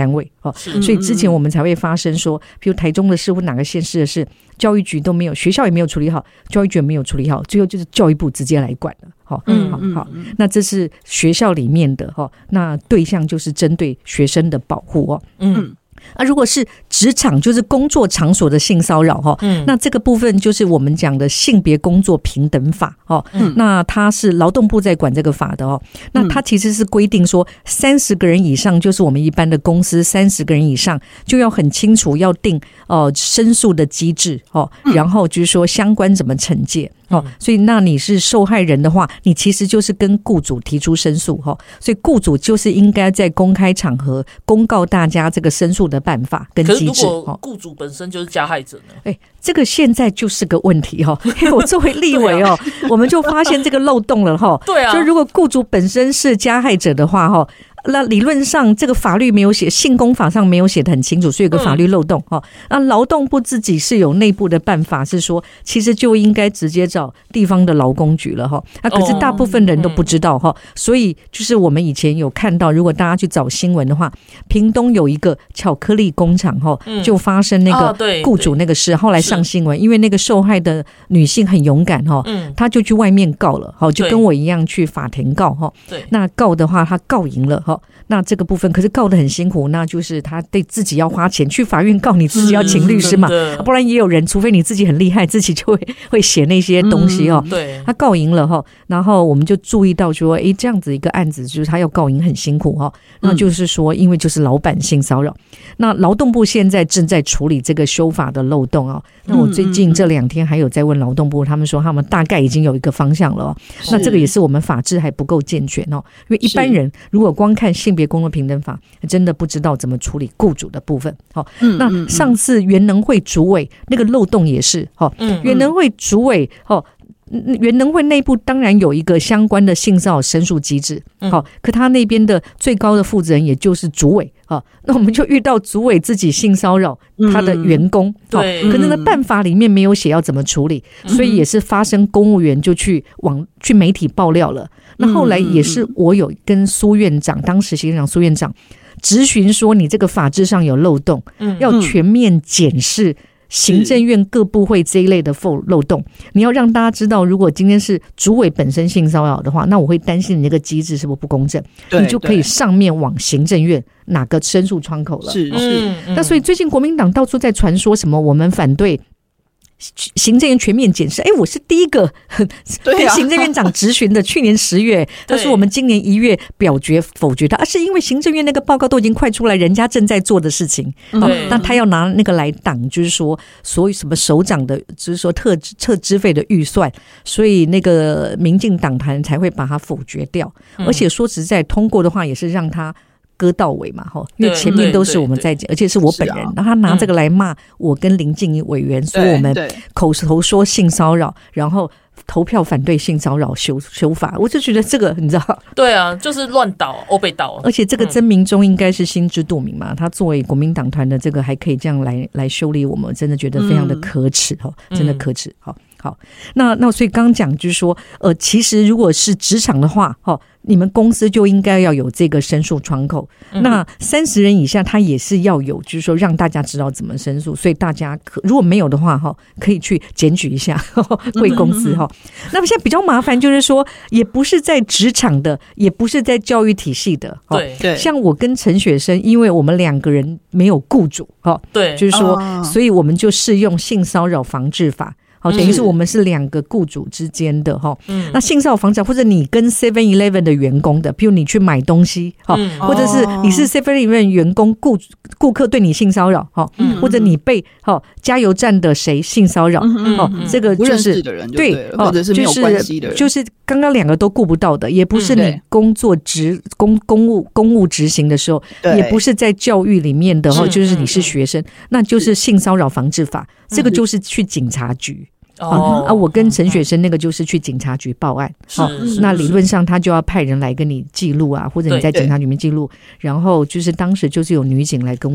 所以之前我们才会发生说，比如台中的事或哪个县市的事，教育局都没有，学校也没有处理好，教育局也没有处理好，最后就是教育部直接来管了。好，那这是学校里面的那对象就是针对学生的保护如果是职场就是工作场所的性骚扰那这个部分就是我们讲的性别工作平等法那它是劳动部在管这个法的那它其实是规定说30个人以上就是我们一般的公司30个人以上就要很清楚要定申诉的机制然后就是说相关怎么惩戒所以那你是受害人的话，你其实就是跟雇主提出申诉所以雇主就是应该在公开场合公告大家这个申诉的办法跟机制。 可是如果雇主本身就是加害者呢？ 这个现在就是个问题因为我作为立委我们就发现这个漏洞了对啊， 就如果雇主本身是加害者的话那理论上这个法律没有写，性工法上没有写得很清楚，所以有个法律漏洞那劳动部自己是有内部的办法，是说其实就应该直接找地方的劳工局了可是大部分人都不知道所以就是我们以前有看到，如果大家去找新闻的话，屏东有一个巧克力工厂就发生那个雇主那个事，后来上新闻，因为那个受害的女性很勇敢她就去外面告了就跟我一样去法庭告那告的话她告赢了那这个部分可是告得很辛苦，那就是他对自己要花钱去法院告，你自己要请律师嘛不然也有人除非你自己很厉害自己就会写那些东西对， 他告赢了然后我们就注意到说这样子一个案子就是他要告赢很辛苦那就是说因为就是老板性骚扰，那劳动部现在正在处理这个修法的漏洞那我最近这2天还有在问劳动部，他们说他们大概已经有一个方向了那这个也是我们法制还不够健全因为一般人如果光看性别工作平等法真的不知道怎么处理雇主的部分那上次原能会主委那个漏洞也是原能会主委原能会内部当然有一个相关的性骚扰申诉机制可他那边的最高的负责人也就是主委那我们就遇到主委自己性骚扰他的员工可能的办法里面没有写要怎么处理所以也是发生公务员就去媒体爆料了那后来也是我有跟苏院长当时行政长苏院长质询说你这个法制上有漏洞要全面检视行政院各部会这一类的漏洞，你要让大家知道，如果今天是主委本身性骚扰的话，那我会担心你那个机制是不是不公正，你就可以上面往行政院哪个申诉窗口了。 是那所以最近国民党到处在传说什么我们反对行政院全面检视，我是第一个跟行政院长质询的去年10月他说我们今年1月表决否决他是因为行政院那个报告都已经快出来，人家正在做的事情那他要拿那个来挡，就是说所以什么首长的就是说特支费的预算，所以那个民进党团才会把它否决掉而且说实在通过的话也是让他割到尾嘛因为前面都是我们在讲，而且是我本人然后他拿这个来骂我跟林静怡委员说我们口头说性骚扰然后投票反对性骚扰修法，我就觉得这个你知道对啊就是乱倒欧北倒而且这个曾明忠应该是心知肚明嘛他作为国民党团的这个还可以这样来修理我们，真的觉得非常的可耻真的可耻好那所以刚刚讲就是说其实如果是职场的话你们公司就应该要有这个申诉窗口那30人以下他也是要有就是说让大家知道怎么申诉，所以大家如果没有的话可以去检举一下贵公司那么现在比较麻烦就是说也不是在职场的也不是在教育体系的对像我跟陈雪生因为我们2个人没有雇主对就是说所以我们就适用性骚扰防治法等于是我们是2个雇主之间的那性骚扰防治或者你跟 7-Eleven 的员工的，譬如你去买东西或者是你是 7-Eleven 员工顾客对你性骚扰或者你被加油站的谁性骚扰这个就是对或者是没有关系的人就是刚刚2个都顾不到的，也不是你工作公务执行的时候，也不是在教育里面的就是你是学生那就是性骚扰防治法这个就是去警察局我跟陈雪生那个就是去警察局报案那理论上他就要派人来跟你记录或者你在警察局里面记录然后就是当时就是有女警来跟我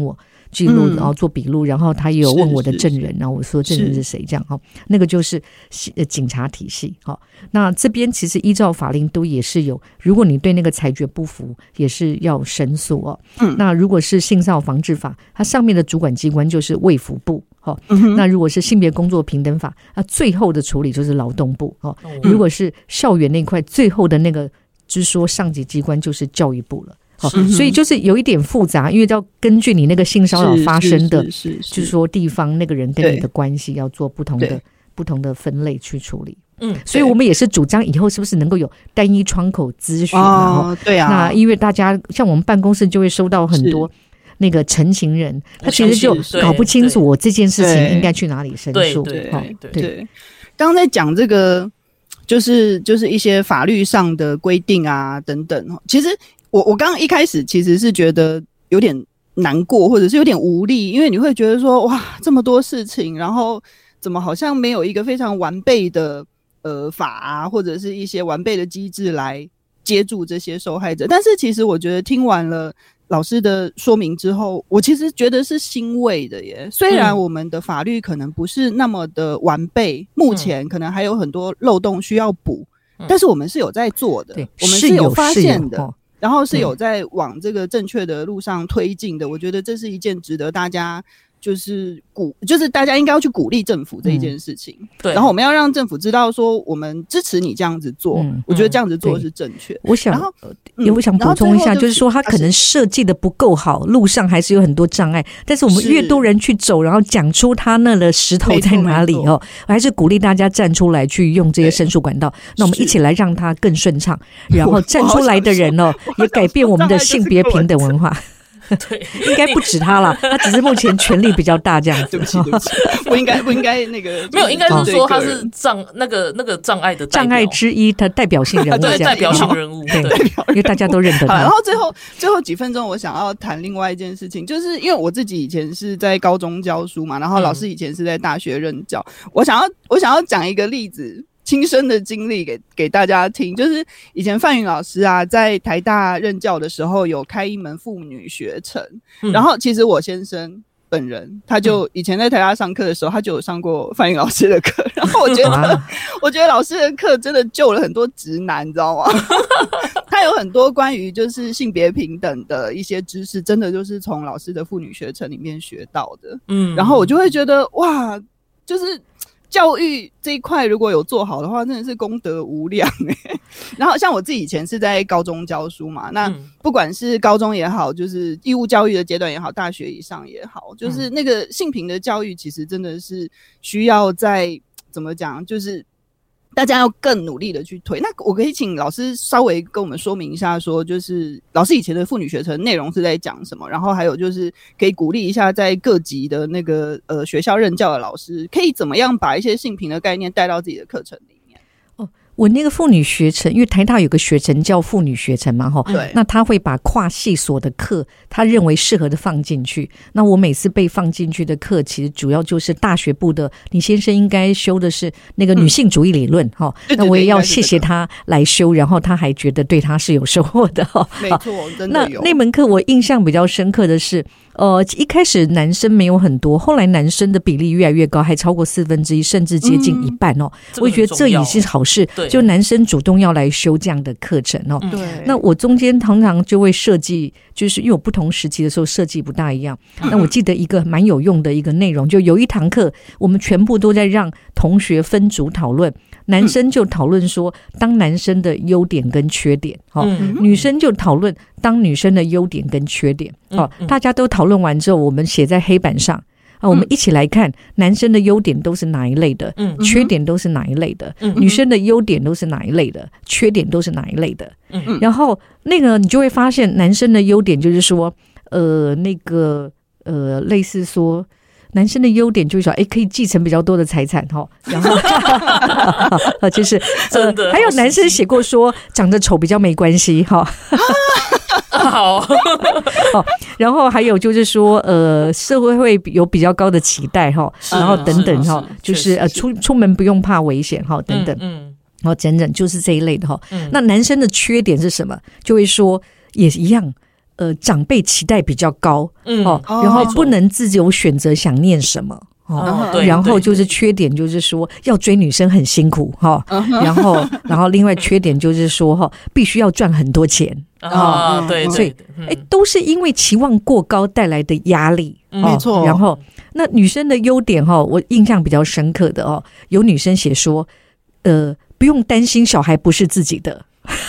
记录，然后做笔录，然后他也有问我的证人，然后我说证人是谁这样哈，那个就是警察体系哈。那这边其实依照法令都也是有，如果你对那个裁决不服，也是要申诉哦。那如果是性骚扰防治法，它上面的主管机关就是卫福部。那如果是性别工作平等法，最后的处理就是劳动部。如果是校园那块，最后的那个就是说上级机关就是教育部了。所以就是有一点复杂，因为要根据你那个性骚扰发生的，就是说地方那个人跟你的关系要做不同的分类去处理。所以我们也是主张以后是不是能够有单一窗口咨询对啊。 那因为大家像我们办公室就会收到很多那个陈情人，他其实就搞不清楚我这件事情应该去哪里申诉。 对，刚刚在讲这个就是一些法律上的规定啊等等，其实我刚刚一开始其实是觉得有点难过，或者是有点无力，因为你会觉得说哇这么多事情，然后怎么好像没有一个非常完备的法啊，或者是一些完备的机制来接住这些受害者。但是其实我觉得听完了老师的说明之后，我其实觉得是欣慰的耶。虽然我们的法律可能不是那么的完备，目前可能还有很多漏洞需要补，但是我们是有在做的，我们是有发现的，然后是有在往这个正确的路上推进的。我觉得这是一件值得大家就是大家应该要去鼓励政府这一件事情。对，然后我们要让政府知道说我们支持你这样子做，我觉得这样子做是正确。我想补充一下，就是说他可能设计的不够好，路上还是有很多障碍，但是我们越多人去走，然后讲出他那的石头在哪里我还是鼓励大家站出来去用这些申诉管道，那我们一起来让它更顺畅，然后站出来的人也改变我们的性别平等文化。对，应该不止他了，他只是目前权力比较大这样子。 对不起，不应该那个没有，应该是说他是那个障碍的障碍之一，他代表性人物， 对，代表性人物，对， 因为大家都认得他。 然后最后几分钟，我想要谈另外一件事情，就是因为我自己以前是在高中教书嘛，然后老师以前是在大学任教，我想要讲一个例子。亲身的经历给大家听，就是以前范云老师啊，在台大任教的时候有开一门妇女学程，然后其实我先生本人他就以前在台大上课的时候，他就有上过范云老师的课，然后我觉得老师的课真的救了很多直男，你知道吗？他有很多关于就是性别平等的一些知识，真的就是从老师的妇女学程里面学到的。然后我就会觉得哇，就是教育这一块如果有做好的话，真的是功德无量然后像我自己以前是在高中教书嘛，那不管是高中也好，就是义务教育的阶段也好，大学以上也好，就是那个性平的教育其实真的是需要在怎么讲，就是大家要更努力的去推。那我可以请老师稍微跟我们说明一下，说就是老师以前的妇女学程内容是在讲什么，然后还有就是可以鼓励一下在各级的那个学校任教的老师，可以怎么样把一些性平的概念带到自己的课程里面。 我那个妇女学程，因为台大有个学程叫妇女学程嘛，那他会把跨系所的课他认为适合的放进去。那我每次被放进去的课其实主要就是大学部的，李先生应该修的是那个女性主义理论那我也要谢谢他来修，然后他还觉得对他是有收获的没错，真的有。 那门课我印象比较深刻的是一开始男生没有很多，后来男生的比例越来越高，还超过1/4，甚至接近一半我觉得这也是好事，就男生主动要来修这样的课程对。那我中间常常就会设计，就是因为我不同时期的时候设计不大一样。那我记得一个蛮有用的一个内容，就有一堂课我们全部都在让同学分组讨论，男生就讨论说当男生的优点跟缺点女生就讨论当女生的优点跟缺点大家都讨论完之后，我们写在黑板上我们一起来看男生的优点都是哪一类的，缺点都是哪一类的，女生的优点都是哪一类的，缺点都是哪一类的。然后那个你就会发现男生的优点就是说类似说男生的优点就是说可以继承比较多的财产然后就是真的还有男生写过说长得丑比较没关系好然后还有就是说社会会有比较高的期待然后等等就是出门不用怕危险等等然后整整就是这一类的那男生的缺点是什么，就会说也一样长辈期待比较高，然后不能自由选择想念什么。然后就是缺点就是说要追女生很辛苦然后另外缺点就是说必须要赚很多钱对， 所以都是因为期望过高带来的压力， 没错。 然后那女生的优点我印象比较深刻的有女生写说不用担心小孩不是自己的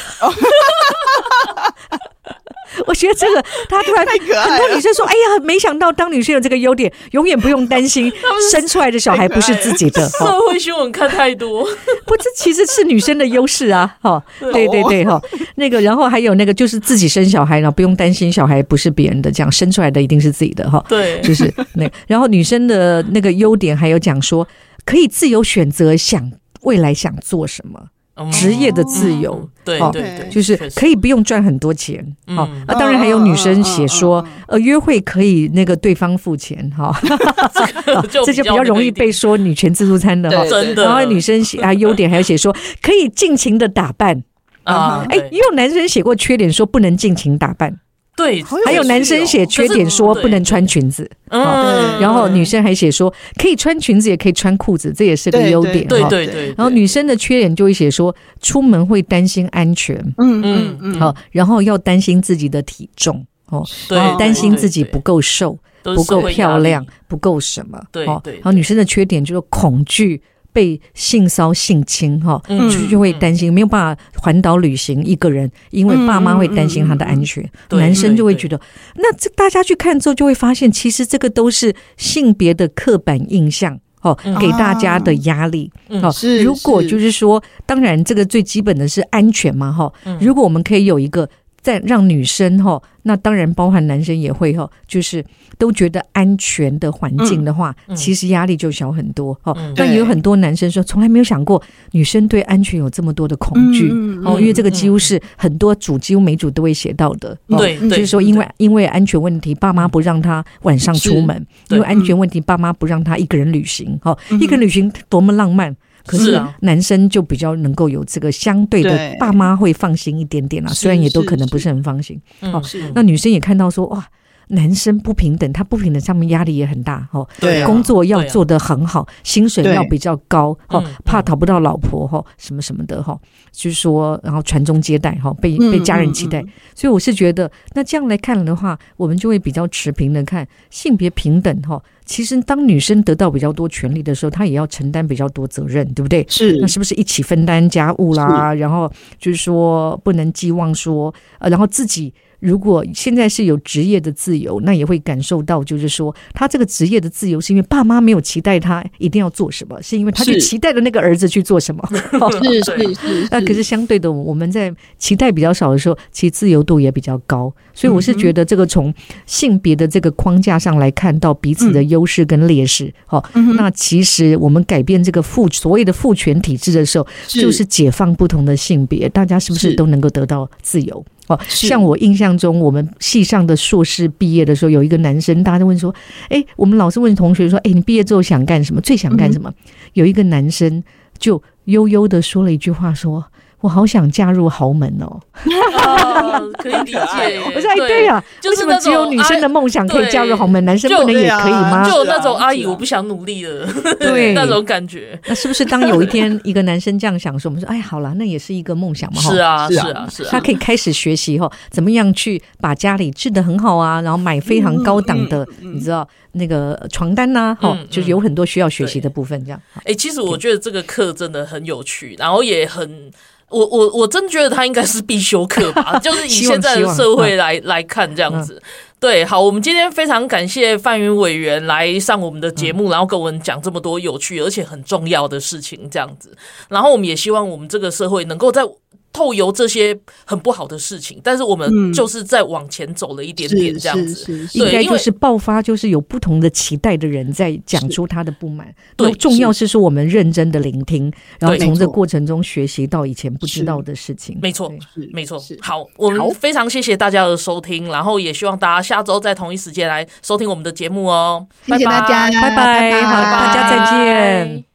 我觉得这个他突然很多女生说哎呀没想到当女生有这个优点永远不用担心生出来的小孩不是自己的社会新闻看太多不这其实是女生的优势啊对那个然后还有那个就是自己生小孩然后不用担心小孩不是别人的这样生出来的一定是自己的对就是那然后女生的那个优点还有讲说可以自由选择未来想做什么职业的自由对对对， 就是可以不用赚很多钱当然还有女生写说约会可以那个对方付钱这就比较容易被说女权自助餐的真的。 然后女生写优点还有写说可以尽情的打扮也有男生写过缺点说不能尽情打扮对， 还有男生写缺点说不能穿裙子然后女生还写说可以穿裙子也可以穿裤子这也是个优点对然后女生的缺点就会写说出门会担心安全然后要担心自己的体重然后担心自己不够瘦不够漂亮不够什么然后女生的缺点就是恐惧被性骚性侵就会担心没有办法环岛旅行一个人因为爸妈会担心他的安全男生就会觉得那这大家去看之后就会发现其实这个都是性别的刻板印象给大家的压力如果就是说当然这个最基本的是安全嘛如果我们可以有一个再让女生那当然包含男生也会就是都觉得安全的环境的话其实压力就小很多但也有很多男生说从来没有想过女生对安全有这么多的恐惧因为这个几乎是很多组几乎每组都会写到的对就是说因为安全问题爸妈不让他晚上出门因为安全问题爸妈不让他一个人旅行一个人旅行多么浪漫可是男生就比较能够有这个相对的爸妈会放心一点点虽然也都可能不是很放心那女生也看到说哇男生不平等他不平等上面压力也很大工作要做得很好薪水要比较高怕讨不到老婆什么什么的就是说然后传宗接代被家人期待所以我是觉得那这样来看的话我们就会比较持平的看性别平等其实当女生得到比较多权利的时候她也要承担比较多责任对不对那是不是一起分担家务啦然后就是说不能寄望说然后自己如果现在是有职业的自由那也会感受到就是说他这个职业的自由是因为爸妈没有期待他一定要做什么是因为他去期待的那个儿子去做什么是那可是相对的我们在期待比较少的时候其实自由度也比较高所以我是觉得这个从性别的这个框架上来看到彼此的优势跟劣势那其实我们改变这个所谓的父权体制的时候就是解放不同的性别大家是不是都能够得到自由像我印象中我们系上的硕士毕业的时候有一个男生大家都问说我们老师问同学说你毕业之后想干什么最想干什么有一个男生就悠悠的说了一句话说我好想嫁入豪门可以理解我说对啊为什么只有女生的梦想可以嫁入豪门男生不能也可以吗就有那种阿姨我不想努力了对那种感觉那是不是当有一天一个男生这样想说我们说好啦那也是一个梦想嘛是啊他可以开始学习怎么样去把家里治得很好啊然后买非常高档的你知道那个床单啊就是有很多需要学习的部分这样其实我觉得这个课真的很有趣然后也很我真觉得它应该是必修课吧就是以现在的社会来看这样子对好我们今天非常感谢范云委员来上我们的节目然后跟我们讲这么多有趣而且很重要的事情这样子然后我们也希望我们这个社会能够在透由这些很不好的事情但是我们就是在往前走了一点点这样子应该就是爆发就是有不同的期待的人在讲出他的不满对重要是说我们认真的聆听然后从这过程中学习到以前不知道的事情没错没错好我们非常谢谢大家的收听然后也希望大家下周在同一时间来收听我们的节目谢谢大家拜拜好大家再见